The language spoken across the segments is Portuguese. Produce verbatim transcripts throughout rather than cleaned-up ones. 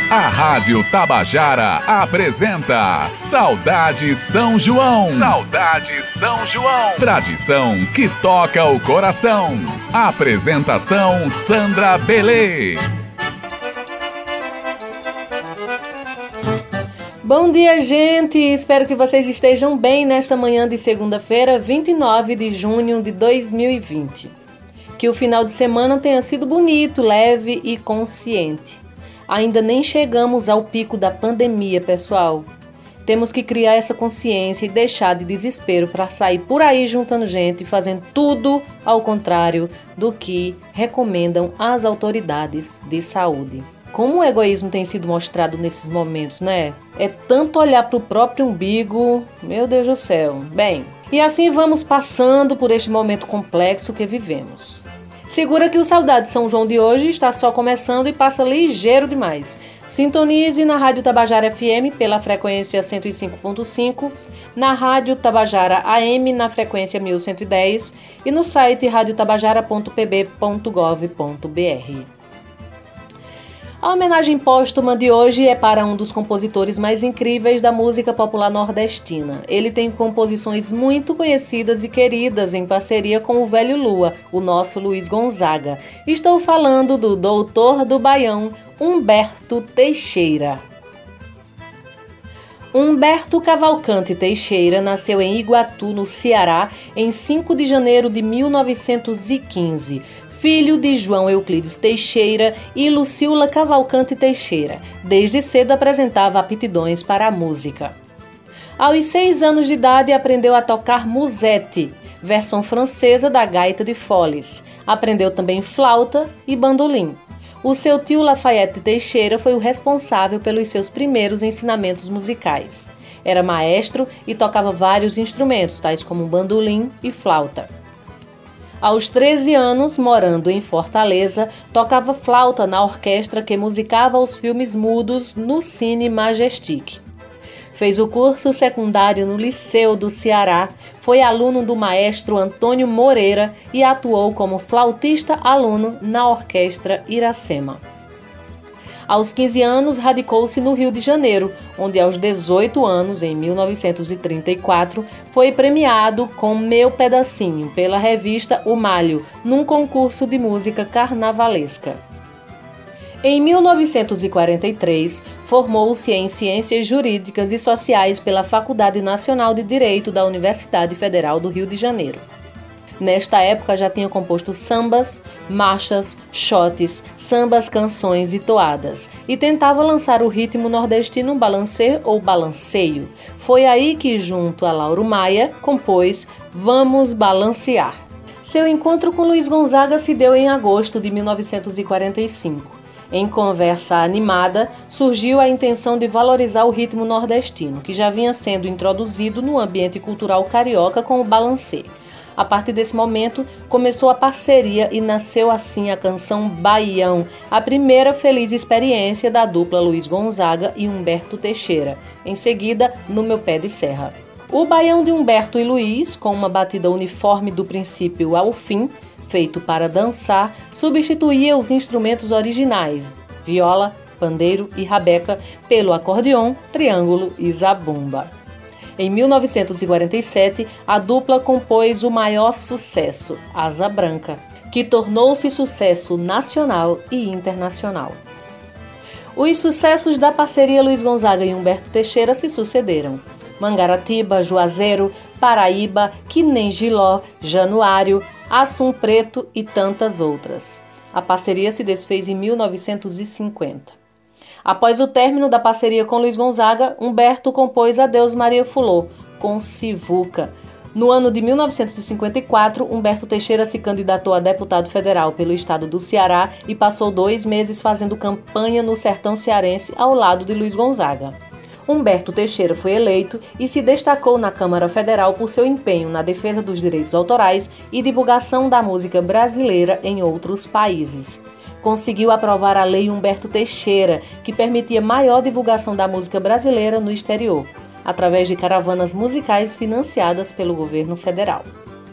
A Rádio Tabajara apresenta Saudade São João. Saudade São João. Tradição que toca o coração. Apresentação Sandra Belê. Bom dia, gente! Espero que vocês estejam bem nesta manhã de segunda-feira, vinte e nove de junho de dois mil e vinte. Que o final de semana tenha sido bonito, leve e consciente. Ainda nem chegamos ao pico da pandemia, pessoal. Temos que criar essa consciência e deixar de desespero para sair por aí juntando gente e fazendo tudo ao contrário do que recomendam as autoridades de saúde. Como o egoísmo tem sido mostrado nesses momentos, né? É tanto olhar para o próprio umbigo, meu Deus do céu. Bem, e assim vamos passando por este momento complexo que vivemos. Segura que o Saudade São João de hoje está só começando e passa ligeiro demais. Sintonize na Rádio Tabajara F M pela frequência cento e cinco ponto cinco, na Rádio Tabajara A M na frequência mil cento e dez e no site rádio tabajara ponto p b ponto gov ponto b r. A homenagem póstuma de hoje é para um dos compositores mais incríveis da música popular nordestina. Ele tem composições muito conhecidas e queridas em parceria com o velho Lua, o nosso Luiz Gonzaga. Estou falando do doutor do Baião, Humberto Teixeira. Humberto Cavalcante Teixeira nasceu em Iguatu, no Ceará, em cinco de janeiro de mil novecentos e quinze. Filho de João Euclides Teixeira e Lucila Cavalcante Teixeira. Desde cedo apresentava aptidões para a música. Aos seis anos de idade aprendeu a tocar musette, versão francesa da gaita de foles. Aprendeu também flauta e bandolim. O seu tio Lafayette Teixeira foi o responsável pelos seus primeiros ensinamentos musicais. Era maestro e tocava vários instrumentos, tais como bandolim e flauta. Aos treze anos, morando em Fortaleza, tocava flauta na orquestra que musicava os filmes mudos no Cine Majestic. Fez o curso secundário no Liceu do Ceará, foi aluno do maestro Antônio Moreira e atuou como flautista-aluno na Orquestra Iracema. Aos quinze anos, radicou-se no Rio de Janeiro, onde aos dezoito anos, em mil novecentos e trinta e quatro, foi premiado com Meu Pedacinho pela revista O Malho, num concurso de música carnavalesca. Em mil novecentos e quarenta e três, formou-se em Ciências Jurídicas e Sociais pela Faculdade Nacional de Direito da Universidade Federal do Rio de Janeiro. Nesta época já tinha composto sambas, marchas, shotes, sambas, canções e toadas, e tentava lançar o ritmo nordestino balancê ou balanceio. Foi aí que, junto a Lauro Maia, compôs Vamos Balancear. Seu encontro com Luiz Gonzaga se deu em agosto de mil novecentos e quarenta e cinco. Em conversa animada, surgiu a intenção de valorizar o ritmo nordestino, que já vinha sendo introduzido no ambiente cultural carioca com o balancê. A partir desse momento, começou a parceria e nasceu assim a canção Baião, a primeira feliz experiência da dupla Luiz Gonzaga e Humberto Teixeira, em seguida, No Meu Pé de Serra. O Baião de Humberto e Luiz, com uma batida uniforme do princípio ao fim, feito para dançar, substituía os instrumentos originais, viola, pandeiro e rabeca, pelo acordeon, triângulo e zabumba. Em mil novecentos e quarenta e sete, a dupla compôs o maior sucesso, Asa Branca, que tornou-se sucesso nacional e internacional. Os sucessos da parceria Luiz Gonzaga e Humberto Teixeira se sucederam. Mangaratiba, Juazeiro, Paraíba, Que Nem Giló, Januário, Assum Preto e tantas outras. A parceria se desfez em mil novecentos e cinquenta. Após o término da parceria com Luiz Gonzaga, Humberto compôs Adeus Maria Fulô, com Sivuca. No ano de mil novecentos e cinquenta e quatro, Humberto Teixeira se candidatou a deputado federal pelo estado do Ceará e passou dois meses fazendo campanha no sertão cearense ao lado de Luiz Gonzaga. Humberto Teixeira foi eleito e se destacou na Câmara Federal por seu empenho na defesa dos direitos autorais e divulgação da música brasileira em outros países. Conseguiu aprovar a Lei Humberto Teixeira, que permitia maior divulgação da música brasileira no exterior, através de caravanas musicais financiadas pelo governo federal.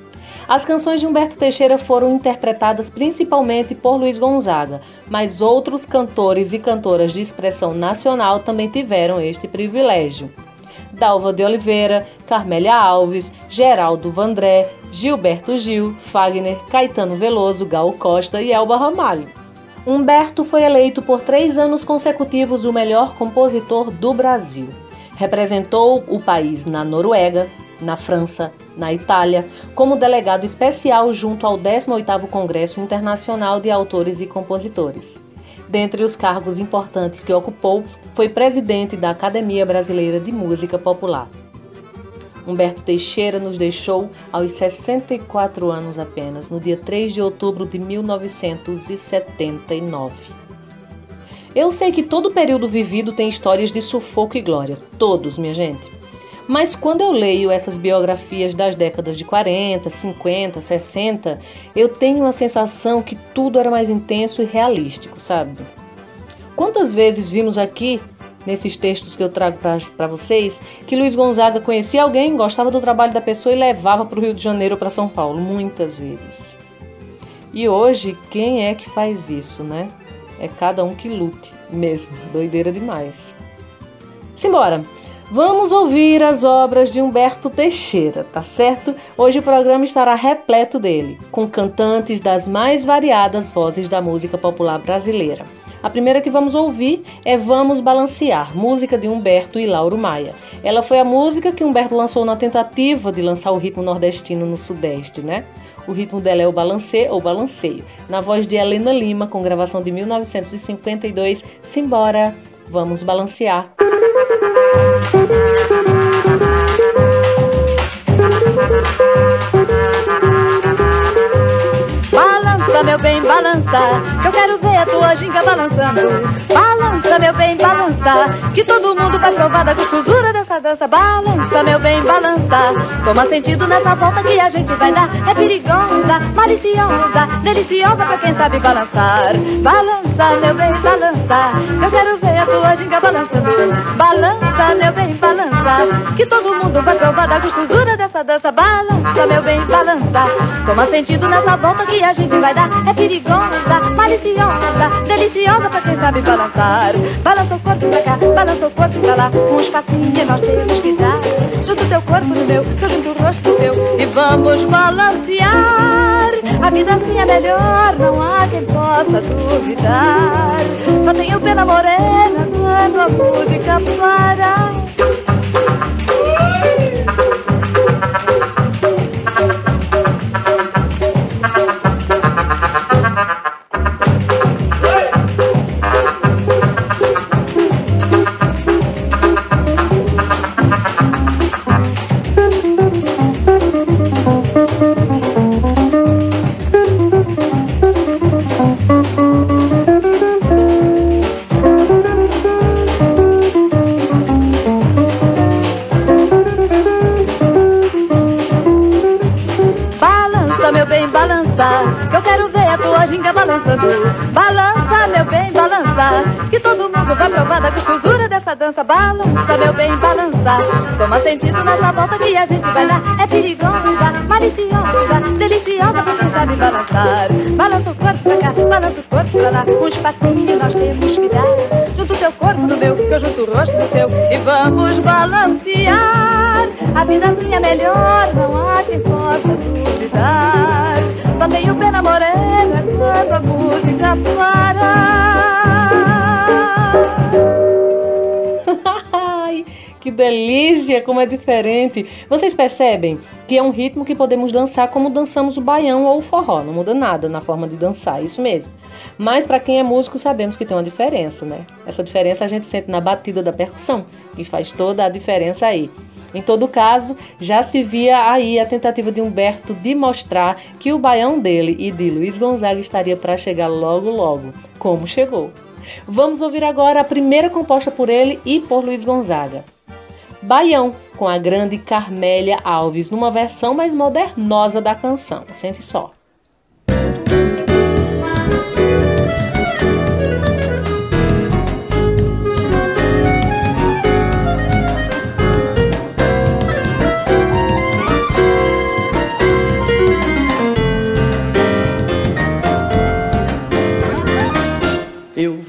As canções de Humberto Teixeira foram interpretadas principalmente por Luiz Gonzaga, mas outros cantores e cantoras de expressão nacional também tiveram este privilégio. Dalva de Oliveira, Carmélia Alves, Geraldo Vandré, Gilberto Gil, Fagner, Caetano Veloso, Gal Costa e Elba Ramalho. Humberto foi eleito por três anos consecutivos o melhor compositor do Brasil. Representou o país na Noruega, na França, na Itália, como delegado especial junto ao décimo oitavo Congresso Internacional de Autores e Compositores. Dentre os cargos importantes que ocupou, foi presidente da Academia Brasileira de Música Popular. Humberto Teixeira nos deixou aos sessenta e quatro anos apenas, no dia três de outubro de mil novecentos e setenta e nove. Eu sei que todo período vivido tem histórias de sufoco e glória, todos, minha gente. Mas quando eu leio essas biografias das décadas de quarenta, cinquenta, sessenta, eu tenho a sensação que tudo era mais intenso e realístico, sabe? Quantas vezes vimos aqui, nesses textos que eu trago para vocês, que Luiz Gonzaga conhecia alguém, gostava do trabalho da pessoa e levava para o Rio de Janeiro ou para São Paulo, muitas vezes. E hoje, quem é que faz isso, né? É cada um que lute, mesmo, doideira demais. Simbora! Vamos ouvir as obras de Humberto Teixeira, tá certo? Hoje o programa estará repleto dele, com cantantes das mais variadas vozes da música popular brasileira. A primeira que vamos ouvir é Vamos Balancear, música de Humberto e Lauro Maia. Ela foi a música que Humberto lançou na tentativa de lançar o ritmo nordestino no Sudeste, né? O ritmo dela é o balancê ou balanceio, na voz de Helena Lima, com gravação de mil novecentos e cinquenta e dois. Simbora, vamos balancear. Balança, meu bem, balança, que eu quero ver a tua ginga balançando. Balança, meu bem, balança, que todo mundo vai provar da gostosura dessa dança. Balança, meu bem, balança, toma sentido nessa volta que a gente vai dar. É perigosa, maliciosa, deliciosa pra quem sabe balançar. Balança, meu bem, balança, eu quero ver a tua ginga balançando. Balança, meu bem, balança, que todo mundo vai provar da gostosura dessa dança. Balança, meu bem, balança, toma sentido nessa volta que a gente vai dar. É perigosa, maliciosa, deliciosa pra quem sabe balançar. Balança o corpo pra cá, balança o corpo pra lá, com os patinhos nós temos que dar. Junto o teu corpo no meu, que eu junto o rosto no teu, e vamos balancear. A vida assim é melhor, não há quem possa duvidar. Só tenho pena morena quando a música para. Que eu quero ver a tua ginga balançando. Balança, meu bem, balança, que todo mundo vai provar da gostosura dessa dança. Balança, meu bem, balança, toma sentido nessa volta que a gente vai dar. É perigosa, maliciosa, deliciosa pra quem sabe balançar. Balança o corpo pra cá, balança o corpo pra lá, uns patinhos nós temos que dar. Junto o teu corpo no meu, que eu junto o rosto no teu, e vamos balancear. A vida assim é melhor, não há quem possa duvidar. Só tenho pena morena quando a música para. Ai, que delícia, como é diferente. Vocês percebem que é um ritmo que podemos dançar como dançamos o baião ou o forró. Não muda nada na forma de dançar, isso mesmo. Mas para quem é músico sabemos que tem uma diferença, né? Essa diferença a gente sente na batida da percussão, que faz toda a diferença aí. Em todo caso, já se via aí a tentativa de Humberto de mostrar que o baião dele e de Luiz Gonzaga estaria para chegar logo logo, como chegou. Vamos ouvir agora a primeira composta por ele e por Luiz Gonzaga. Baião, com a grande Carmélia Alves, numa versão mais modernosa da canção. Sente só.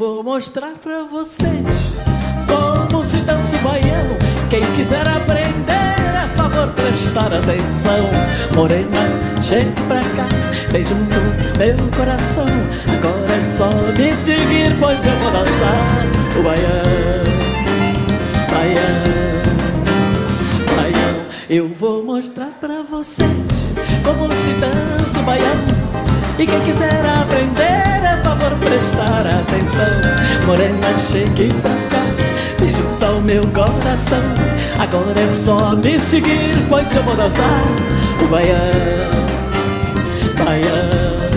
vou mostrar pra vocês como se dança o baião. Quem quiser aprender, é favor prestar atenção. Morena, chega pra cá, vem junto meu coração. Agora é só me seguir, pois eu vou dançar o baião. Baião, baião. Eu vou mostrar pra vocês como se dança o baião. E quem quiser aprender, é favor prestar atenção. Morena, chegue pra cá e junta ao meu coração. Agora é só me seguir, pois eu vou dançar o baião. Baião,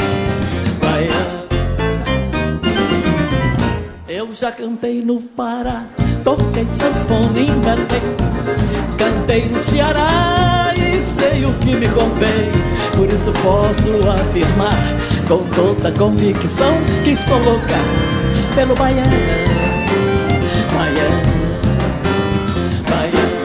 baião. Eu já cantei no Pará, toquei sanfona em Belém, cantei no Ceará e sei o que me convém. Por isso posso afirmar com toda convicção que sou louca pelo baião. Baião, baião.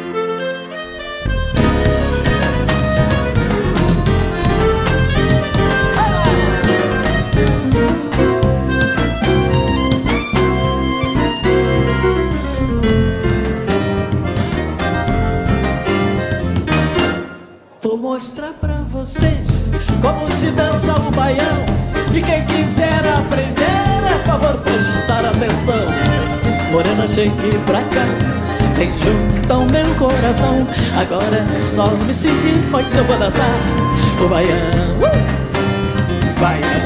Vou mostrar pra vocês como se dança o baião. E quem quiser aprender, é favor prestar atenção. Morena, chegue pra cá, vem junto ao meu coração. Agora é só me seguir, pois eu vou dançar o baião. uh! Baião,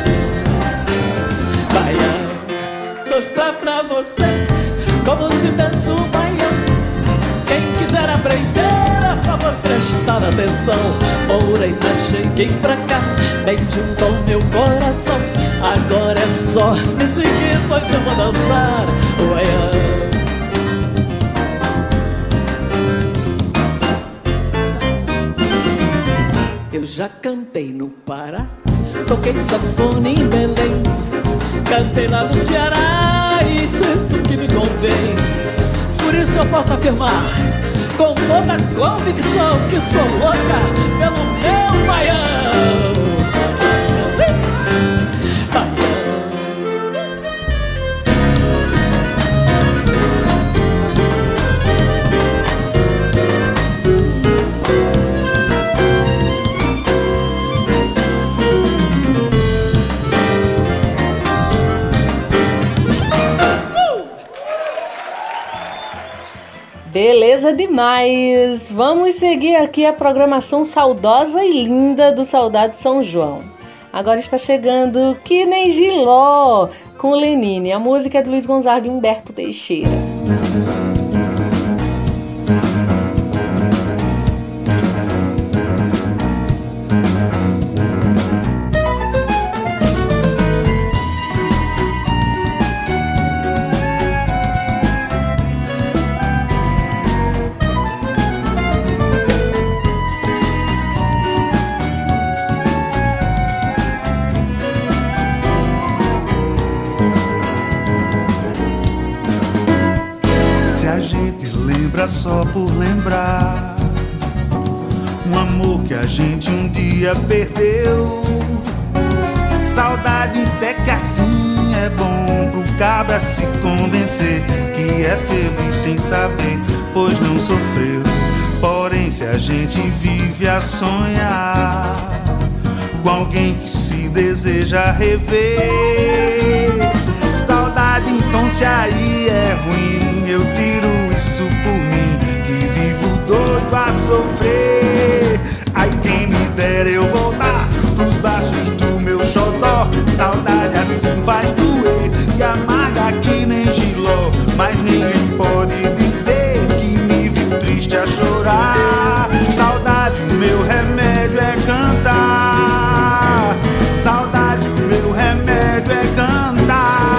baião. Mostrar pra você como se dança o baião. Quem quiser aprender, é favor prestar atenção. Morena, cheguei pra cá, vem junto ao meu coração. Agora é só me seguir, pois eu vou dançar o baião. Eu já cantei no Pará, toquei sanfona em Belém, cantei lá no Ceará e sei o que me convém. Por isso eu posso afirmar com toda a convicção que sou louca pelo meu baião. Beleza demais! Vamos seguir aqui a programação saudosa e linda do Saudade São João. Agora está chegando Que Nem Giló, com Lenine. A música é de Luiz Gonzaga e Humberto Teixeira. Só por lembrar um amor que a gente um dia perdeu. Saudade até que assim é bom pro cabra se convencer que é feliz sem saber, pois não sofreu. Porém, se a gente vive a sonhar com alguém que se deseja rever, saudade então se aí é ruim, eu tiro isso por mim, que vivo doido a sofrer. Ai, quem me dera eu voltar pros braços do meu xodó. Saudade assim faz doer e amarga que nem giló, mas ninguém pode dizer que me viu triste a chorar. Saudade, o meu remédio é cantar. Saudade, o meu remédio é cantar.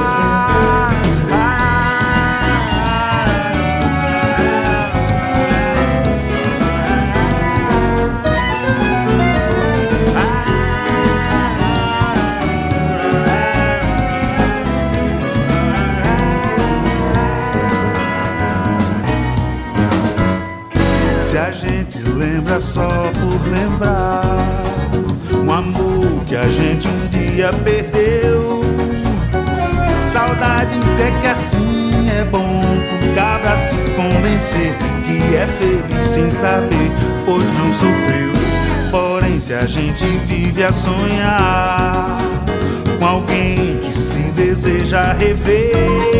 Lembra só por lembrar um amor que a gente um dia perdeu. Saudade Saudade é que assim é bom pro cabra se convencer que é feliz sem saber, pois não sofreu. Porém, se a gente vive a sonhar com alguém que se deseja rever,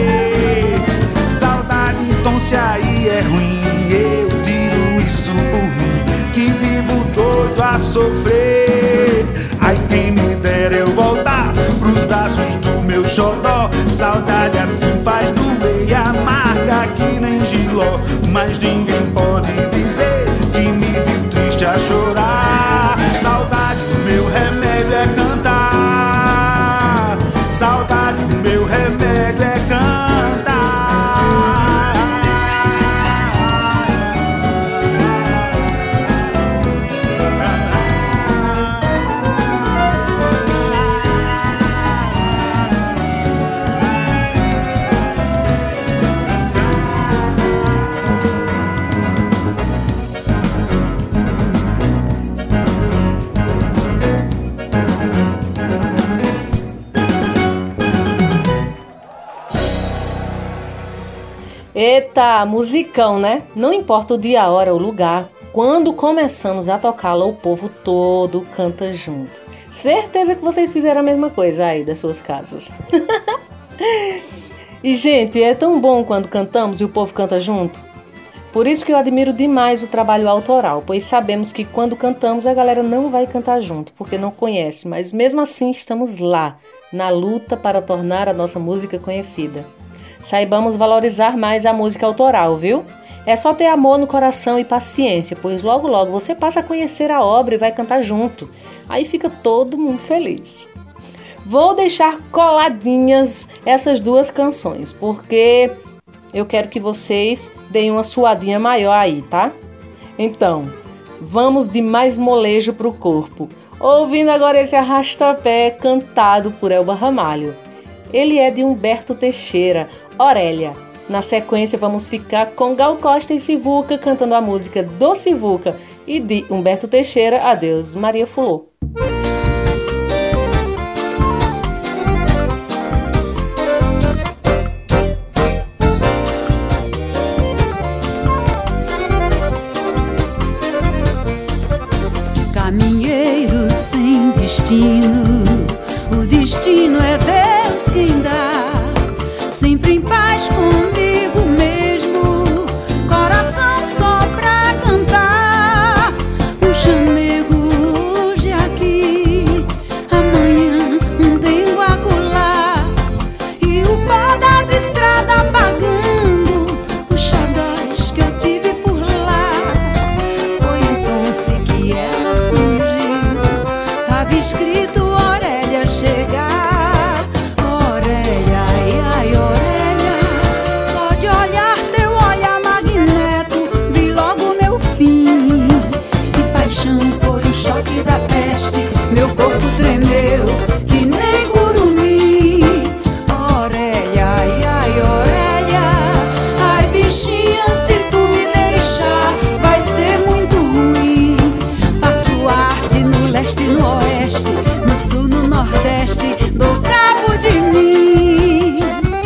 saudade, então se aí é ruim, eu tiro isso por mim, que vivo doido a sofrer. Ai, quem me dera eu voltar pros braços do meu xodó. Saudade assim faz doer e amarga que nem giló, mas ninguém pode dizer que me viu triste a chorar. Saudade, meu remédio é cantar. Saudade, meu remédio é cantar. Eita, musicão, né? Não importa o dia, a hora, o lugar, quando começamos a tocá-la, o povo todo canta junto. Certeza que vocês fizeram a mesma coisa aí das suas casas. E, gente, é tão bom quando cantamos e o povo canta junto. Por isso que eu admiro demais o trabalho autoral, pois sabemos que quando cantamos a galera não vai cantar junto, porque não conhece, mas mesmo assim estamos lá, na luta para tornar a nossa música conhecida. Saibamos valorizar mais a música autoral, viu? É só ter amor no coração e paciência, pois logo logo você passa a conhecer a obra e vai cantar junto. Aí fica todo mundo feliz. Vou deixar coladinhas essas duas canções, porque eu quero que vocês deem uma suadinha maior aí, tá? Então, vamos de mais molejo pro corpo. Ouvindo agora esse arrastapé cantado por Elba Ramalho. Ele é de Humberto Teixeira, Aurélia. Na sequência vamos ficar com Gal Costa e Sivuca cantando a música do Sivuca e de Humberto Teixeira, Adeus Maria Fulô. Caminheiro sem destino, o destino é Deus quem dá. Sempre em paz comigo mesmo, coração só pra cantar. Um chamego hoje aqui, amanhã um dengo acolá, e o pó das estradas apagando os xodós que eu tive por lá. Foi então que ela surgiu, tava escrito Aurélia chegar. Meu corpo tremeu que nem curumim. Aurélia, ai, ai, Aurélia, ai, bichinha, se tu me deixar vai ser muito ruim. Faço arte no leste, no oeste, no sul, no nordeste, dou cabo de mim.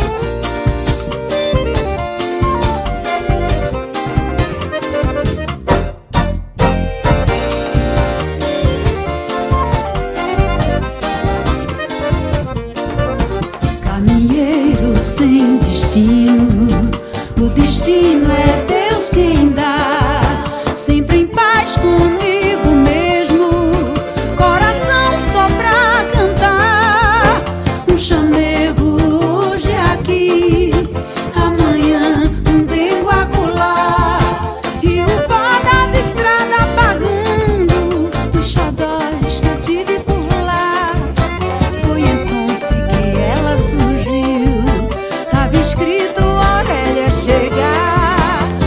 Sem destino, o destino é Deus quem dá. Sempre em paz comigo mesmo, coração só pra cantar. Um chamego hoje aqui, amanhã um dengo acolá, e o pó das estradas apagando os xodós que eu tive por lá. Foi então que ela surgiu, tava escrito Aurélia chegar.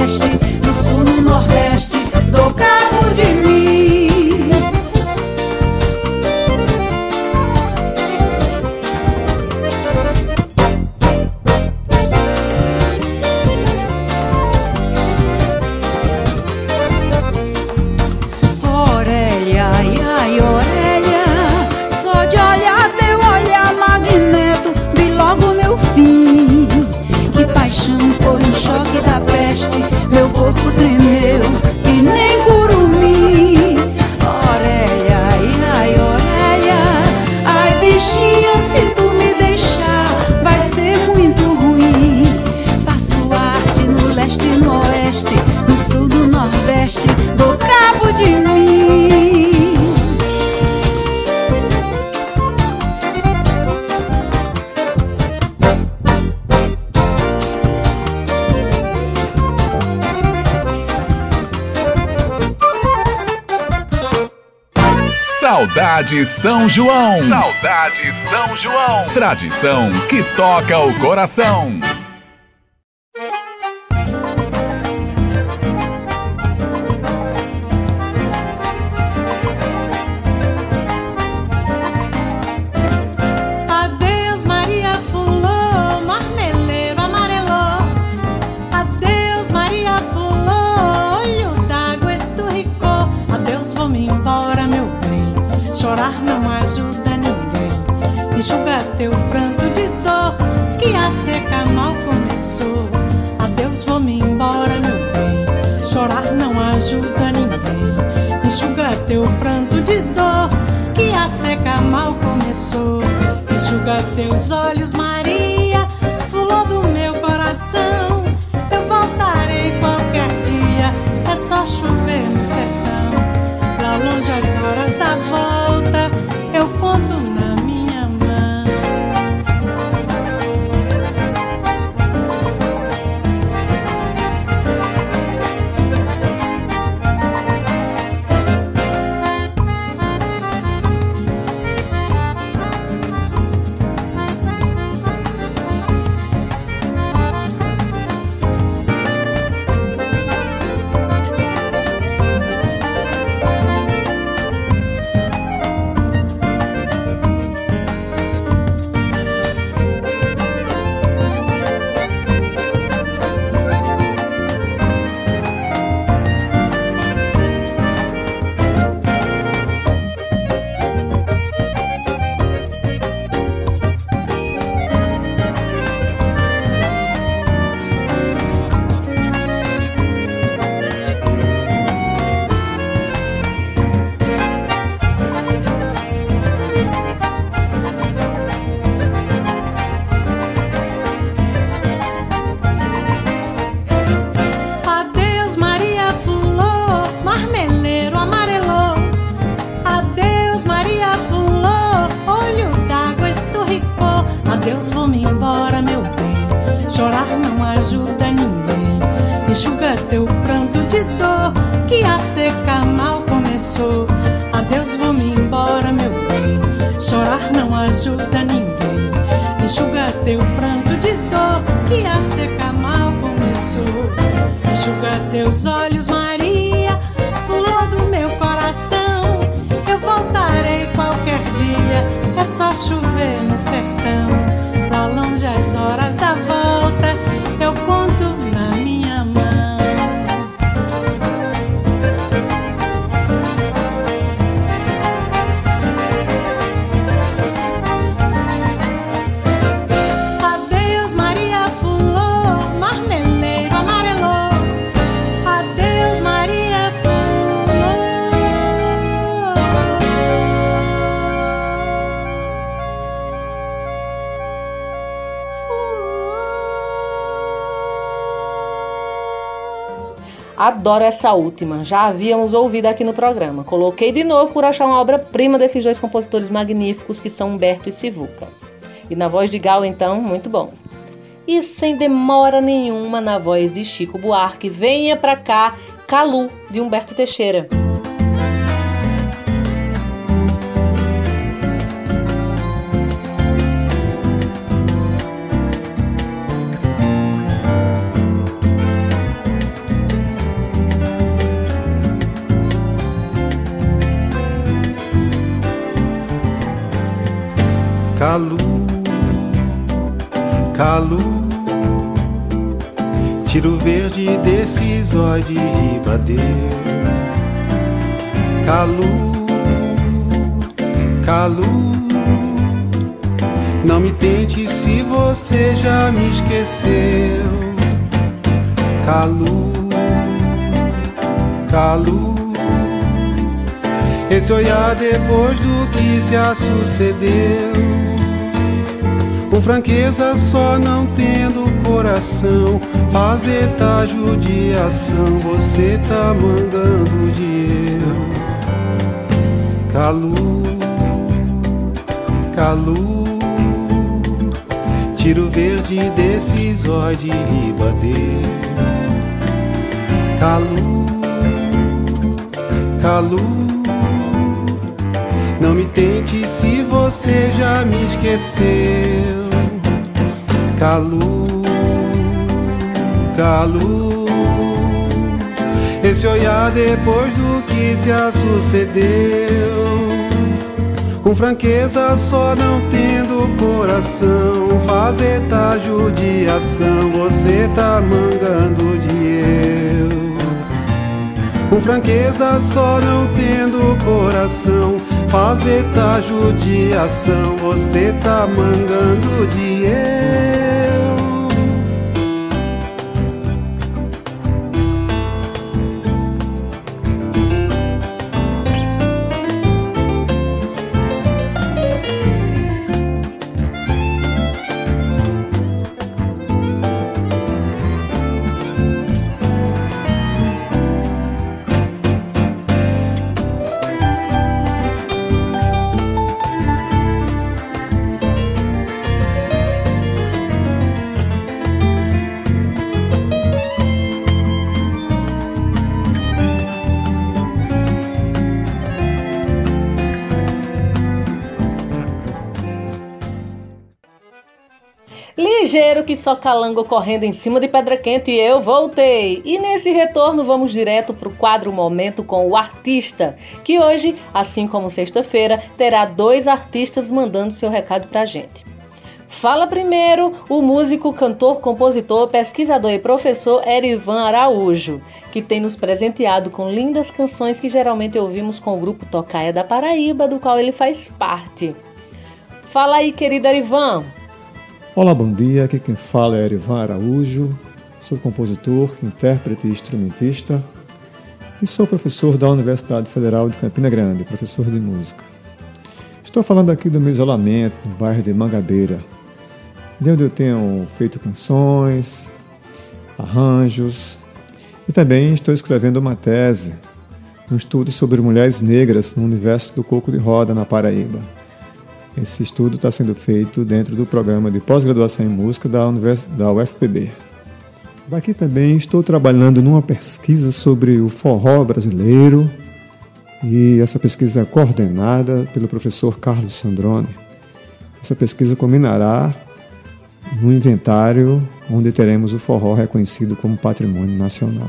leste, no sul, no nordeste, dou cabo de mim. Aurélia, ai, ai, Aurélia, só de olhar teu olhar, Magneto, vi logo meu fim. Que paixão foi um choque da peste, meu corpo tremeu que nem curumim. Aurélia, ai, ai, Aurélia, ai, bichinha, se tu me deixar, vai ser muito ruim. Faço arte no leste e no oeste, no sul, do nordeste, dou cabo de mim. Saudade São João. Saudade São João. Tradição que toca o coração. Adeus, Maria fulô, marmeleiro amarelou. Adeus, Maria fulô, olho d'água esturricou. Adeus, vou-me embora, meu bem. Chorar não ajuda ninguém. Enxuga teu pranto de dor, que a seca mal começou. Adeus, vou-me embora, meu bem. Chorar não ajuda ninguém. Enxuga teu pranto de dor, que a seca mal começou. Enxuga teus olhos, Maria, fulô do meu coração. Eu voltarei qualquer dia, é só chover no sertão. Lá longe as horas da volta, eu conto na minha mão. Adeus, vou-me embora, meu bem. Chorar não ajuda ninguém. Enxuga teu pranto de dor, que a seca mal começou. Adeus, vou-me embora, meu bem. Chorar não ajuda ninguém. Enxuga teu pranto de dor, que a seca mal começou. Enxuga teus olhos, Maria, fulô do meu coração. Eu voltarei qualquer dia, é só chover no sertão. Lá longe as horas da volta, eu conto na minha mão. Adeus, Maria fulô, marmeleiro amarelou. Adeus, Maria fulô. Adoro essa última, já havíamos ouvido aqui no programa. Coloquei de novo por achar uma obra-prima desses dois compositores magníficos que são Humberto e Sivuca. E na voz de Gal, então, muito bom. E sem demora nenhuma, na voz de Chico Buarque, venha pra cá, Calu, de Humberto Teixeira. Calu, Calu, tiro verde desse zóio de ribadeiro. Calu, Calu, não me tente se você já me esqueceu. Calu, Calu, esse olhar depois do que se sucedeu. Com franqueza só não tendo coração, fazer tá judiação, você tá mangando de eu. Calu, Calu, tiro verde desse zóio de ribadeiro. Calu, Calu, não me tente se você já me esqueceu. Calu, Calu, esse olhar depois do que se sucedeu. Com franqueza só não tendo coração, fazer tá judiação, você tá mangando de eu. Com franqueza só não tendo coração, fazer tá judiação, você tá mangando de eu. Ligeiro que só calango correndo em cima de pedra quente e eu voltei. E nesse retorno vamos direto para o quadro Momento com o Artista, que hoje, assim como sexta-feira, terá dois artistas mandando seu recado pra gente. Fala primeiro o músico, cantor, compositor, pesquisador e professor Erivan Araújo, que tem nos presenteado com lindas canções que geralmente ouvimos com o grupo Tocaia da Paraíba, do qual ele faz parte. Fala aí, querido Erivan. Olá, bom dia. Aqui quem fala é Erivan Araújo. Sou compositor, intérprete e instrumentista e sou professor da Universidade Federal de Campina Grande, professor de música. Estou falando aqui do meu isolamento no bairro de Mangabeira, de onde eu tenho feito canções, arranjos e também estou escrevendo uma tese, um estudo sobre mulheres negras no universo do coco de roda na Paraíba. Esse estudo está sendo feito dentro do programa de pós-graduação em música da, Univers... da U F P B. Daqui também estou trabalhando numa pesquisa sobre o forró brasileiro e essa pesquisa é coordenada pelo professor Carlos Sandrone. Essa pesquisa culminará no inventário onde teremos o forró reconhecido como patrimônio nacional.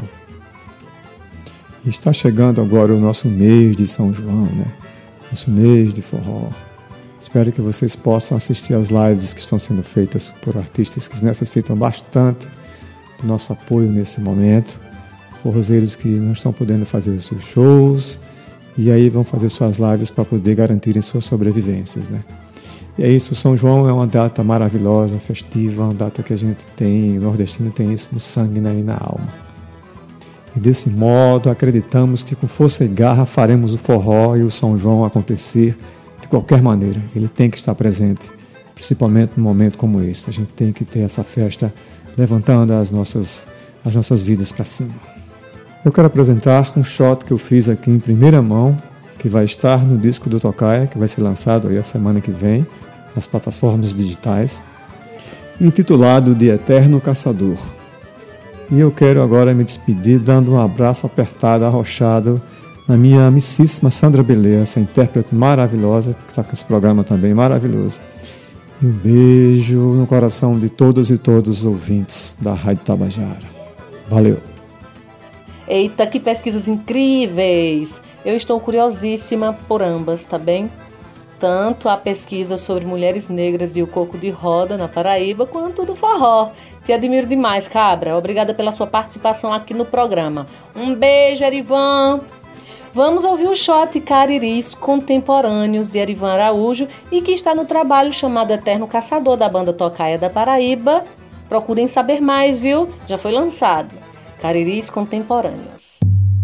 Está chegando agora o nosso mês de São João, né? Nosso mês de forró. Espero que vocês possam assistir às lives que estão sendo feitas por artistas que necessitam bastante do nosso apoio nesse momento. Os forrozeiros que não estão podendo fazer seus shows e aí vão fazer suas lives para poder garantirem suas sobrevivências, né? E é isso, o São João é uma data maravilhosa, festiva, uma data que a gente tem, o nordestino tem isso no sangue, né, e na alma. E desse modo, acreditamos que com força e garra faremos o forró e o São João acontecer de qualquer maneira. Ele tem que estar presente, principalmente num momento como esse. A gente tem que ter essa festa levantando as nossas, as nossas vidas para cima. Eu quero apresentar um shot que eu fiz aqui em primeira mão, que vai estar no disco do Tocaia, que vai ser lançado aí a semana que vem, nas plataformas digitais, intitulado De Eterno Caçador. E eu quero agora me despedir dando um abraço apertado, arrochado, na minha amicíssima Sandra Belê, essa intérprete maravilhosa, que está com esse programa também maravilhoso. E um beijo no coração de todas e todos os ouvintes da Rádio Tabajara. Valeu! Eita, que pesquisas incríveis! Eu estou curiosíssima por ambas, tá bem? tanto a pesquisa sobre mulheres negras e o coco de roda na Paraíba, quanto do forró. Te admiro demais, Cabra. Obrigada pela sua participação aqui no programa. Um beijo, Erivan. Vamos ouvir o shot Cariris Contemporâneos de Erivan Araújo e que está no trabalho chamado Eterno Caçador da banda Tocaia da Paraíba. Procurem saber mais, viu? Já foi lançado. Cariris Contemporâneos.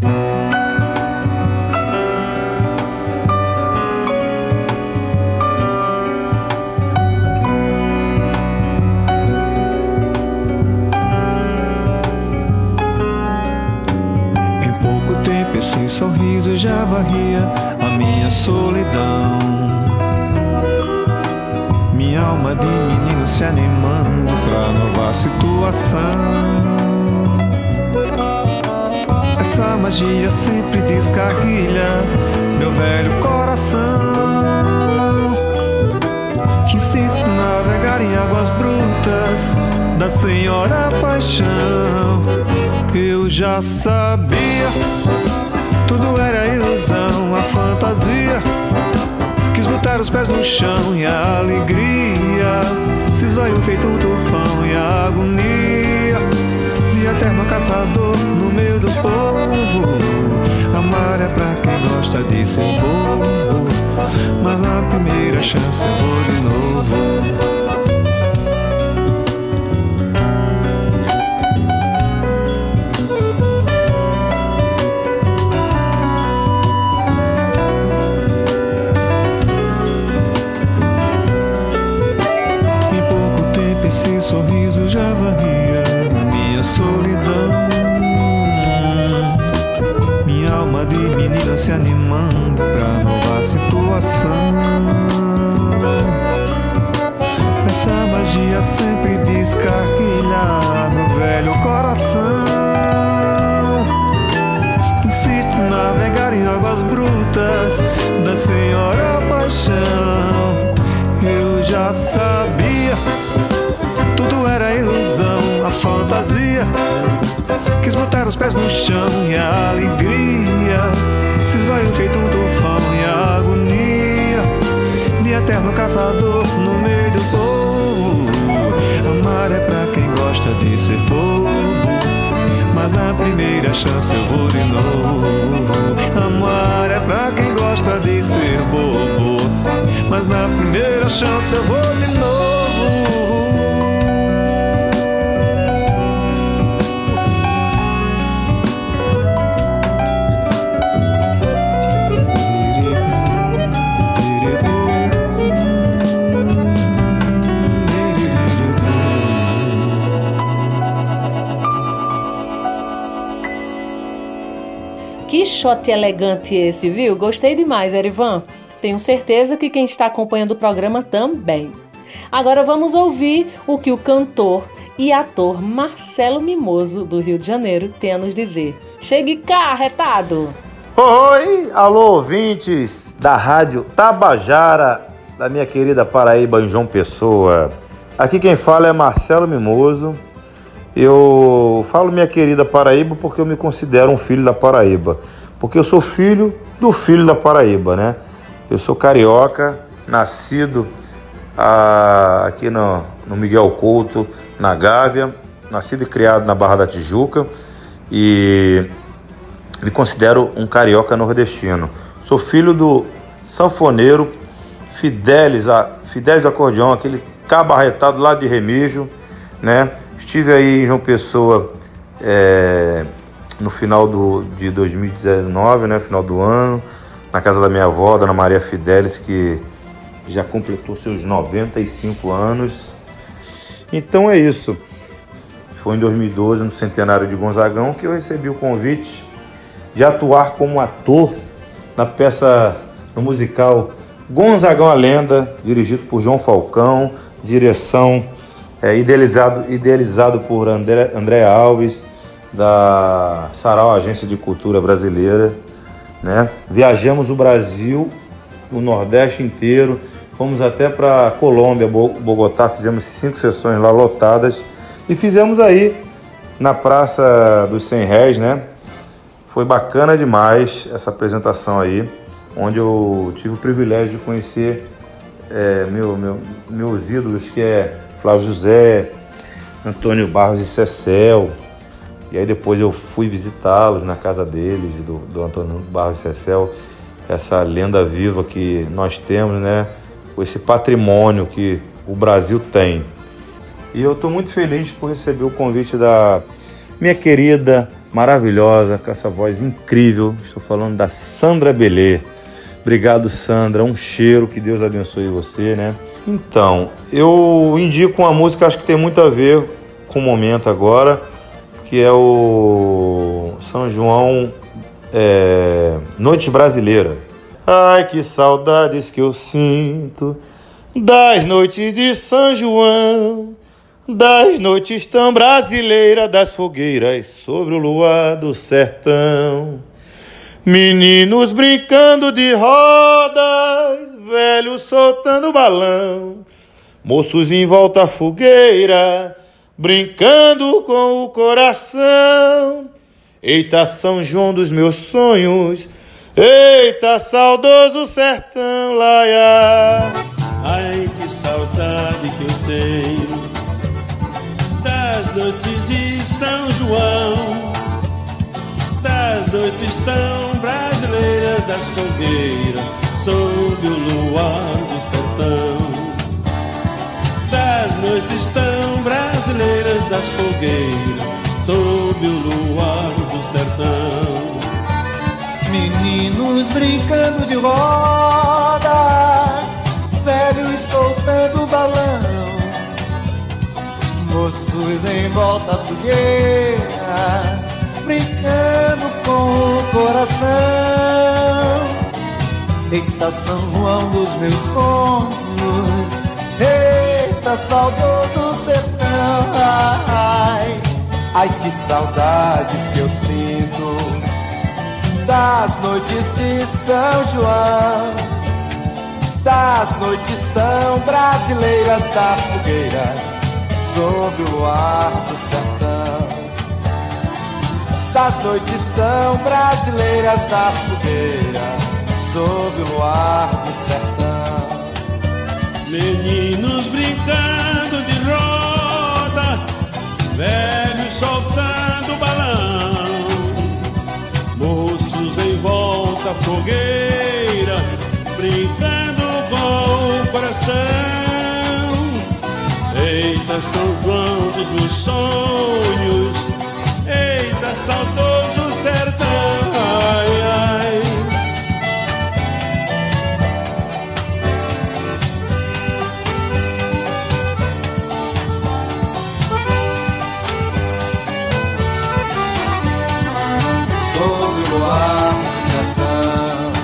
Esse sorriso já varria a minha solidão. Minha alma de menino se animando pra nova situação. Essa magia sempre descarrilha meu velho coração, que insiste em navegar em águas brutas da Senhora Paixão. Eu já sabia, tudo era ilusão, a fantasia quis botar os pés no chão e a alegria se esvaiu feito um tufão. E a agonia de eterno caçador no meio do povo. Amar é pra quem gosta de ser bobo, mas na primeira chance eu vou de novo. Esse sorriso já varria minha solidão. Minha alma de menina se animando pra nova situação. Essa magia sempre descarquilha meu velho coração. Insiste em navegar em águas brutas da Senhora Paixão. Eu já sabia, tudo era ilusão, a fantasia quis botar os pés no chão. E a alegria se esvaiu feito um tufão. E a agonia de eterno caçador no meio do povo. Amar é pra quem gosta de ser bobo, mas na primeira chance eu vou de novo. Amar é pra quem gosta de ser bobo, mas na primeira chance eu vou de novo. Que shot elegante esse, viu? Gostei demais, Erivan. Tenho certeza que quem está acompanhando o programa também. Agora vamos ouvir o que o cantor e ator Marcelo Mimoso, do Rio de Janeiro, tem a nos dizer. Chegue cá, retado! Oi, alô, ouvintes da Rádio Tabajara, da minha querida Paraíba, em João Pessoa. Aqui quem fala é Marcelo Mimoso. Eu falo minha querida Paraíba porque eu me considero um filho da Paraíba. Porque eu sou filho do filho da Paraíba, né? Eu sou carioca, nascido ah, aqui no, no Miguel Couto, na Gávea. Nascido e criado na Barra da Tijuca. E me considero um carioca nordestino. Sou filho do sanfoneiro Fidelis, a, Fidelis do acordeão, aquele cabo arretado lá de Remígio, né? Estive aí em João Pessoa é, no final do, de dois mil e dezenove, né, final do ano, na casa da minha avó, Dona Maria Fidelis, que já completou seus noventa e cinco anos. Então é isso. Foi em dois mil e doze, no centenário de Gonzagão, que eu recebi o convite de atuar como ator na peça, no musical Gonzagão a Lenda, dirigido por João Falcão, direção É, idealizado, idealizado por André, André Alves, da Sarau Agência de Cultura Brasileira, né? Viajamos o Brasil, o Nordeste inteiro, fomos até para Colômbia, Bogotá, fizemos cinco sessões lá lotadas e fizemos aí na Praça dos Cem Réis, né? Foi bacana demais essa apresentação aí. onde eu tive o privilégio de conhecer é, meu, meu, meus ídolos, que é Flávio José, Antônio Barros e Cecel. E aí depois eu fui visitá-los na casa deles, do, do Antônio Barros e Cecel, essa lenda viva que nós temos, né? Esse patrimônio que o Brasil tem. E eu estou muito feliz por receber o convite da minha querida, maravilhosa, com essa voz incrível, estou falando da Sandra Belê. Obrigado, Sandra, um cheiro, que Deus abençoe você, né? Então, eu indico uma música, acho que tem muito a ver com o momento agora, que é o São João é, Noites Brasileiras. Ai, que saudades que eu sinto das noites de São João, das noites tão brasileiras, das fogueiras sobre o luar do sertão. Meninos brincando de rodas, velhos soltando balão, moços em volta à fogueira, brincando com o coração. Eita, São João dos meus sonhos, eita, saudoso sertão, laia. Ai, que saudade que eu tenho das noites de São João, das noites tão brasileiras, das fogueiras sob o luar do sertão. Das noites tão brasileiras, das fogueiras sob o luar do sertão. Meninos brincando de roda, velhos soltando balão, moços em volta à fogueira, brincando com o coração. Eita, São João dos meus sonhos, eita, saudoso sertão. Ai, ai, que saudades que eu sinto das noites de São João, das noites tão brasileiras, das fogueiras sob o luar do sertão. Das noites tão brasileiras, das fogueiras sob o luar do sertão. Meninos brincando de roda, velhos soltando balão, moços em volta à fogueira, brincando com o coração. Eita, São João dos meus sonhos, eita, saudoso sertão, ai, ai. Sob o luar do sertão.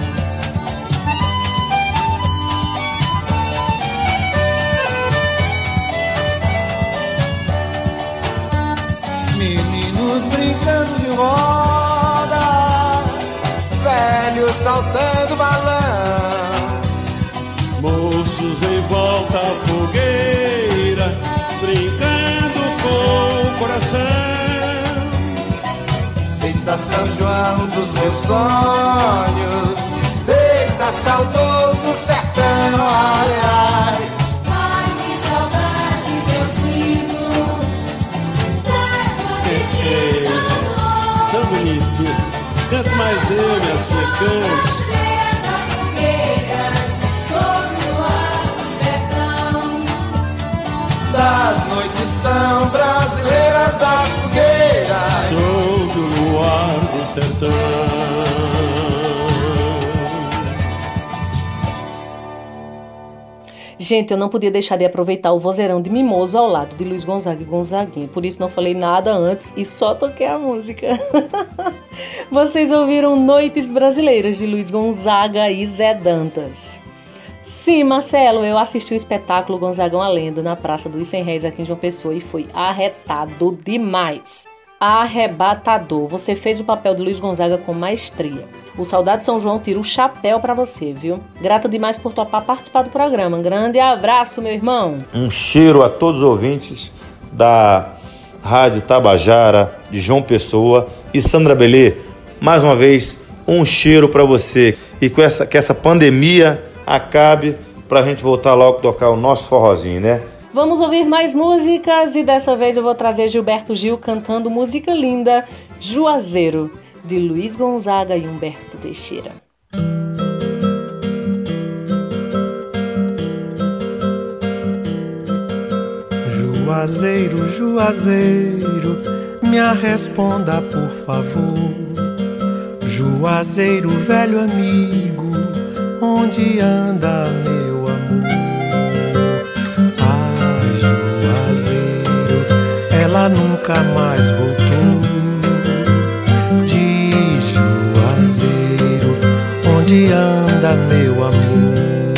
Meninos brincando de roda, velhos saltando balão, moços em volta à fogueira, brincando com o coração. Eita, São João dos meus sonhos, eita, saudoso sertão, ai, ai. Ai, que saudade que eu sinto das noites de São João, Tão bonitinho. Canta mais eu, minha filha, cante. das fogueiras sob o luar do sertão. Das noites tão brasileiras, das fogueiras Sob o luar do sertão. Gente, eu não podia deixar de aproveitar o vozeirão de Mimoso ao lado de Luiz Gonzaga e Gonzaguinha. Por isso não falei nada antes e só toquei a música. Vocês ouviram Noites Brasileiras de Luiz Gonzaga e Zé Dantas. Sim, Marcelo, eu assisti o espetáculo Gonzagão a Lenda na Praça dos cem Réis aqui em João Pessoa e foi arretado demais. Arrebatador. Você fez o papel de Luiz Gonzaga com maestria. O Saudade São João tira o chapéu pra você, viu? Grata demais por topar participar do programa. Um grande abraço, meu irmão. Um cheiro a todos os ouvintes da Rádio Tabajara de João Pessoa. E Sandra Belê, mais uma vez, um cheiro para você e com essa, que essa pandemia acabe pra gente voltar logo a tocar o nosso forrozinho, né? Vamos ouvir mais músicas e dessa vez eu vou trazer Gilberto Gil cantando música linda, Juazeiro, de Luiz Gonzaga e Humberto Teixeira. Juazeiro, Juazeiro, me responda por favor. Juazeiro, velho amigo, onde anda meu amor? Ai, Juazeiro, ela nunca mais voltou. Diz, Juazeiro, onde anda meu amor?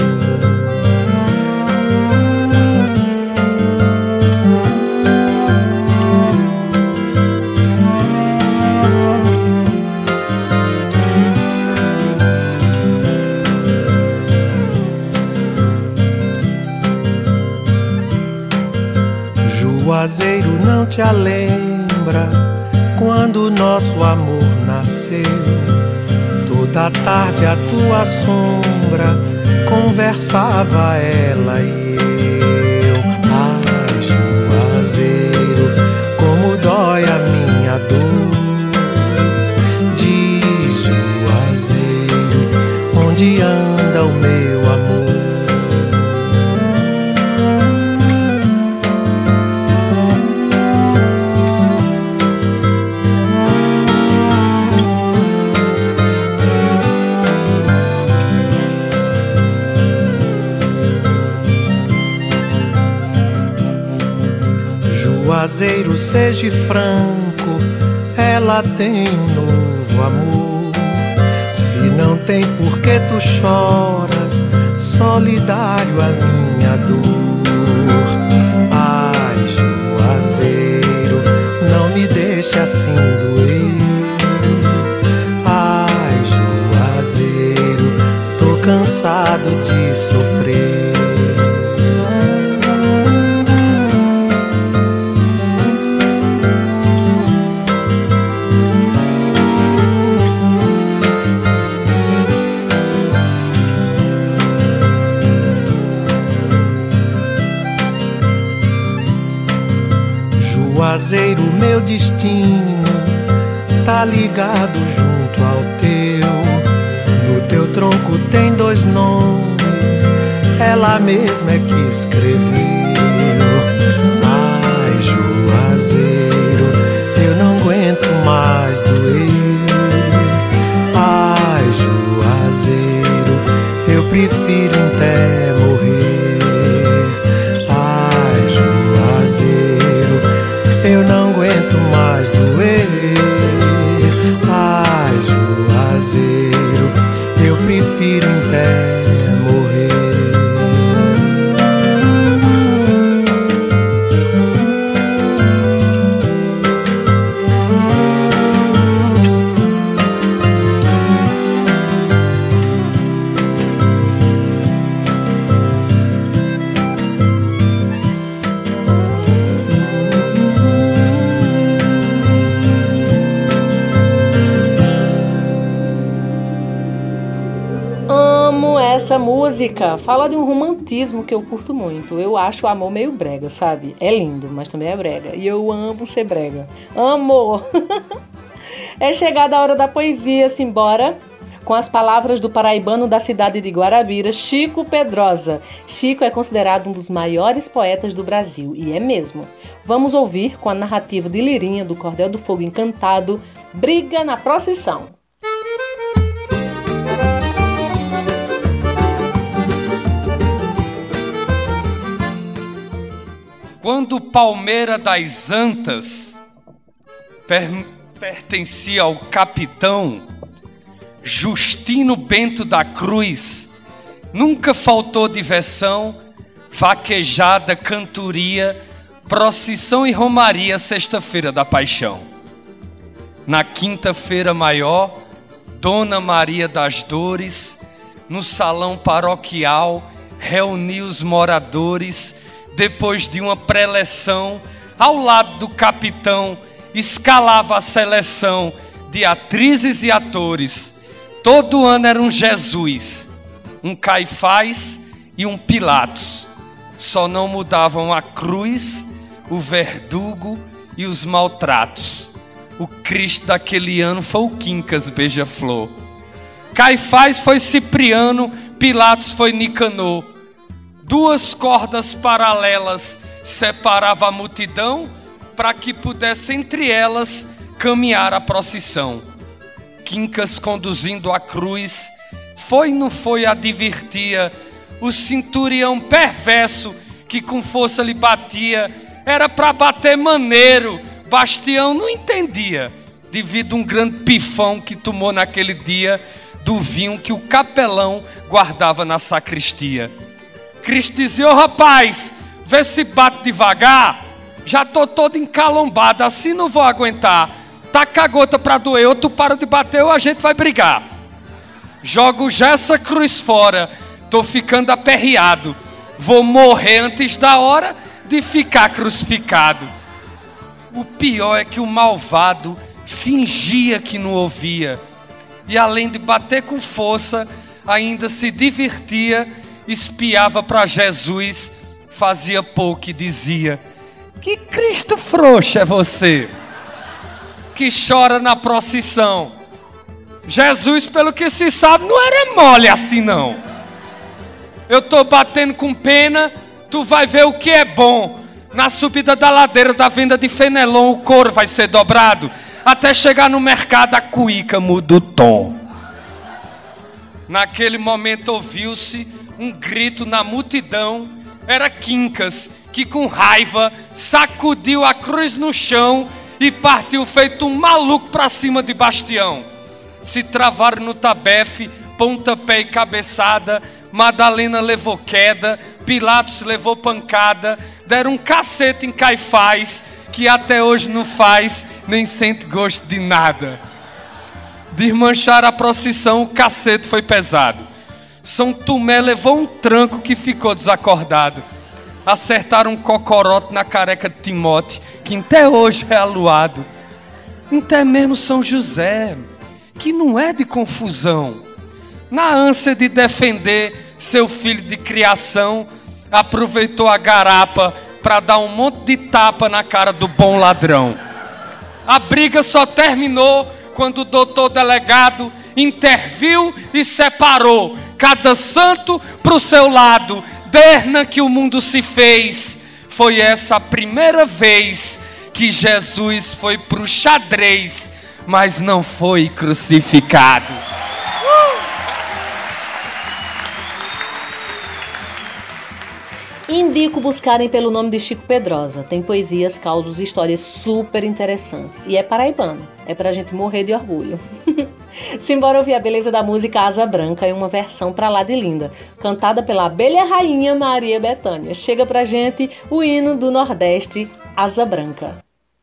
Juazeiro, não te lembra quando nosso amor nasceu? Toda tarde a tua sombra conversava ela e eu. Ai, Juazeiro, como dói a minha dor. Diz, Juazeiro, onde anda o meu amor? Juazeiro, seja franco, ela tem um novo amor. Se não tem por que tu choras, solidário a minha dor. Ai, Juazeiro, não me deixe assim doer. Ai, Juazeiro, tô cansado de sofrer. Juazeiro, meu destino tá ligado junto ao teu. No teu tronco tem dois nomes, ela mesma é que escreveu. Ai, Juazeiro, eu não aguento mais doer. Ai, Juazeiro, eu prefiro até morrer. Ai, Juazeiro, eu não aguento mais doer. Ai, Juazeiro, eu prefiro até morrer. Essa música fala de um romantismo que eu curto muito. Eu acho o amor meio brega, sabe? É lindo, mas também é brega. E eu amo ser brega. Amo! É chegada a hora da poesia, simbora! Com as palavras do paraibano da cidade de Guarabira, Chico Pedrosa. Chico é considerado um dos maiores poetas do Brasil, e é mesmo. Vamos ouvir com a narrativa de Lirinha do Cordel do Fogo Encantado, Briga na Procissão. Quando Palmeira das Antas per pertencia ao capitão Justino Bento da Cruz, nunca faltou diversão, vaquejada, cantoria, procissão e romaria, sexta-feira da paixão. Na quinta-feira maior, Dona Maria das Dores, no salão paroquial, reuniu os moradores. Depois de uma preleção, ao lado do capitão, escalava a seleção de atrizes e atores. Todo ano era um Jesus, um Caifás e um Pilatos. Só não mudavam a cruz, o verdugo e os maltratos. O Cristo daquele ano foi o Quincas Beija-Flor. Caifás foi Cipriano, Pilatos foi Nicanor. Duas cordas paralelas separavam a multidão para que pudesse entre elas caminhar a procissão. Quincas conduzindo a cruz, foi não foi advertia o centurião perverso que com força lhe batia. Era para bater maneiro, Bastião não entendia, devido a um grande pifão que tomou naquele dia do vinho que o capelão guardava na sacristia. Cristo dizia: ô rapaz, vê se bate devagar, já tô todo encalombado, assim não vou aguentar. Taca a gota pra doer, ou tu para de bater ou a gente vai brigar. Jogo já essa cruz fora, tô ficando aperreado, vou morrer antes da hora de ficar crucificado. O pior é que o malvado fingia que não ouvia, e além de bater com força, ainda se divertia, espiava para Jesus, fazia pouco e dizia: que Cristo frouxo é você, que chora na procissão. Jesus, pelo que se sabe, não era mole assim não. Eu tô batendo com pena, tu vai ver o que é bom. Na subida da ladeira da venda de Fenelon, o couro vai ser dobrado, até chegar no mercado a cuíca muda o tom. Naquele momento ouviu-se um grito na multidão. Era Quincas, que com raiva sacudiu a cruz no chão e partiu feito um maluco para cima de Bastião. Se travaram no tabefe, pontapé e cabeçada. Madalena levou queda, Pilatos levou pancada. Deram um cacete em Caifás, que até hoje não faz nem sente gosto de nada. Desmancharam a procissão, o cacete foi pesado. São Tomé levou um tranco que ficou desacordado. Acertaram um cocorote na careca de Timote, que até hoje é aluado. Até mesmo São José, que não é de confusão, na ânsia de defender seu filho de criação, aproveitou a garapa para dar um monte de tapa na cara do bom ladrão. A briga só terminou quando o doutor delegado interviu e separou cada santo pro seu lado. Derna que o mundo se fez, foi essa a primeira vez que Jesus foi pro xadrez, mas não foi crucificado. Indico buscarem pelo nome de Chico Pedrosa. Tem poesias, causos e histórias super interessantes. E é paraibano. É pra gente morrer de orgulho. Simbora ouvir a beleza da música Asa Branca em uma versão pra lá de linda, cantada pela abelha rainha Maria Bethânia. Chega pra gente o hino do Nordeste, Asa Branca.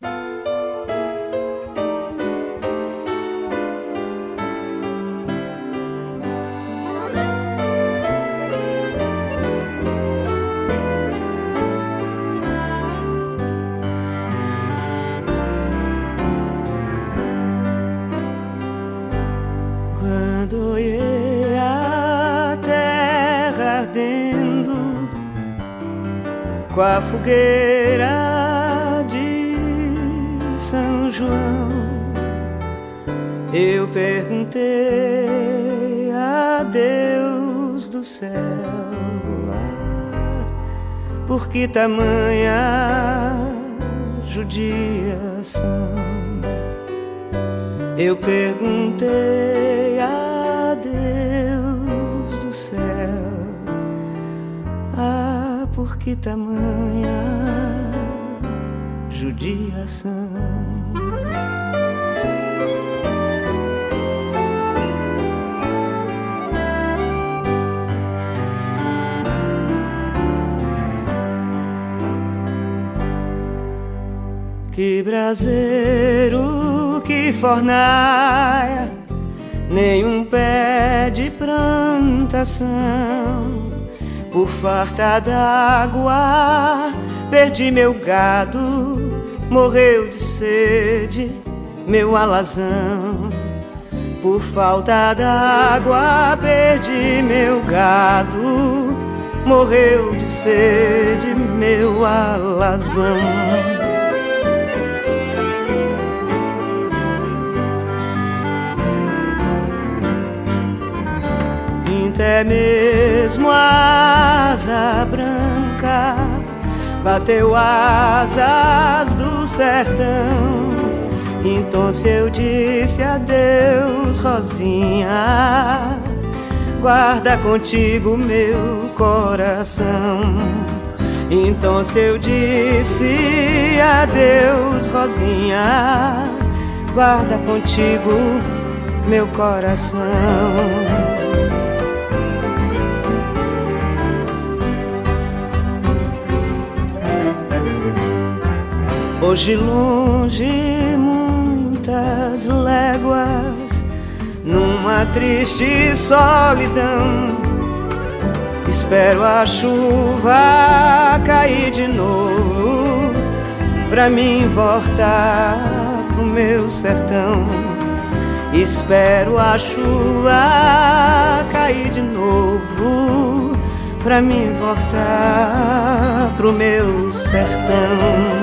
Com a fogueira de São João, eu perguntei a Deus do céu, por que tamanha judiação? Eu perguntei a Deus do céu, ah, por que tamanha judiação? Que braseiro, que fornaia, nenhum pé de plantação. Por farta d'água perdi meu gado, morreu de sede meu alazão. Por Por falta d'água perdi meu gado, morreu de sede meu alazão. Até mesmo a asa branca bateu asas do sertão. Então se eu disse adeus, Rosinha, guarda contigo meu coração. Então se eu disse adeus, Rosinha, guarda contigo meu coração. Hoje longe muitas léguas, numa triste solidão, espero a chuva cair de novo, pra mim voltar pro meu sertão. Espero a chuva cair de novo, pra mim voltar pro meu sertão.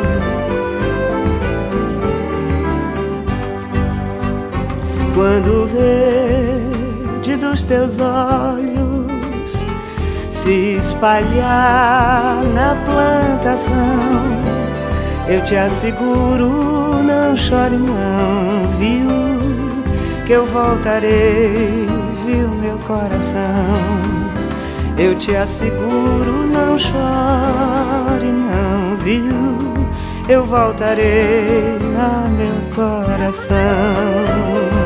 Quando o verde dos teus olhos se espalhar na plantação, eu te asseguro, não chore não, viu? Que eu voltarei, viu meu coração? Eu te asseguro, não chore não, viu? Eu voltarei, ah meu coração.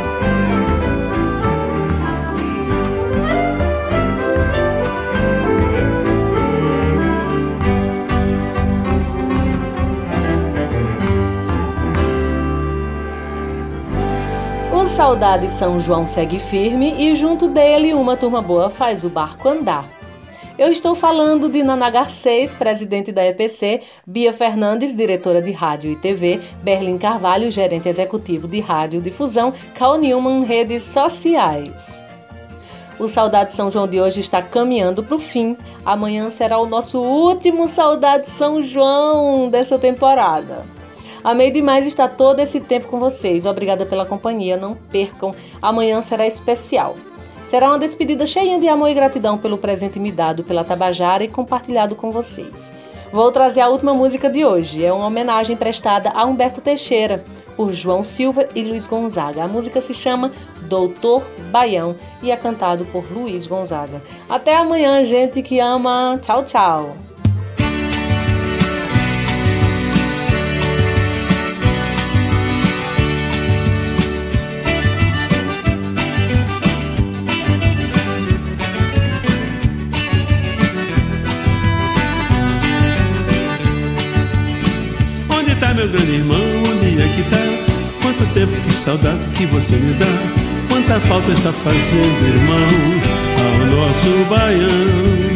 Saudade São João segue firme e junto dele uma turma boa faz o barco andar. Eu estou falando de Naná Garcês, presidente da E P C, Bia Fernandes, diretora de rádio e T V, Berlim Carvalho, gerente executivo de rádio difusão, Cal Newman, redes sociais. O Saudade São João de hoje está caminhando para o fim. Amanhã será o nosso último Saudade São João dessa temporada. Amei demais estar todo esse tempo com vocês. Obrigada pela companhia. Não percam. Amanhã será especial. Será uma despedida cheia de amor e gratidão pelo presente me dado pela Tabajara e compartilhado com vocês. Vou trazer a última música de hoje. É uma homenagem prestada a Humberto Teixeira, por João Silva e Luiz Gonzaga. A música se chama Doutor Baião e é cantado por Luiz Gonzaga. Até amanhã, gente que ama. Tchau, tchau. Meu grande irmão, onde é que tá? Quanto tempo, que saudade que você me dá. Quanta falta está fazendo, irmão, ao nosso baião.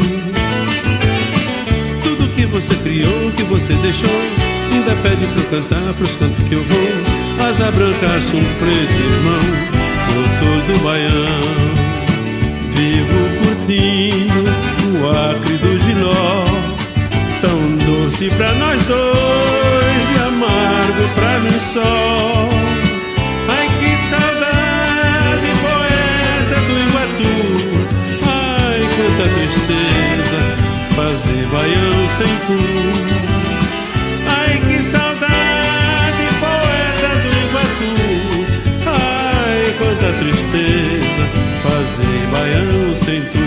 Tudo que você criou, que você deixou, ainda pede pra eu cantar pros cantos que eu vou. Asa branca, um preto, irmão, doutor do baião. Vivo curtindo o acre do Giló, tão doce pra nós dois e amargo pra mim só. Ai, que saudade, poeta do Iguatu. Ai, quanta tristeza fazer baião sem tu. Ai, que saudade, poeta do Iguatu. Ai, quanta tristeza fazer baião sem tu.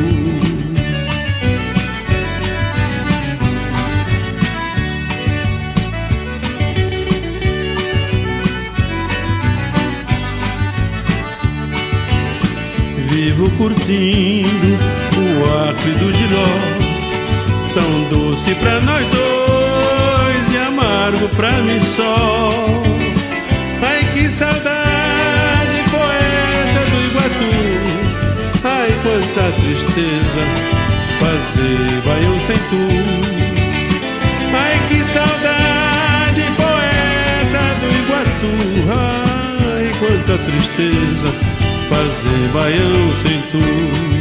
Vivo curtindo o acre do Giló, tão doce pra nós dois e amargo pra mim só. Ai, que saudade, poeta do Iguatu. Ai, quanta tristeza fazer baião sem tu. Ai, que saudade, poeta do Iguatu. Ai, quanta tristeza fazer baião sem tu.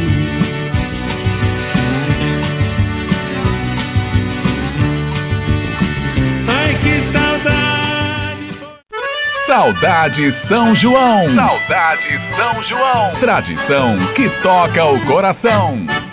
Saudade São João. Saudade São João. Tradição que toca o coração.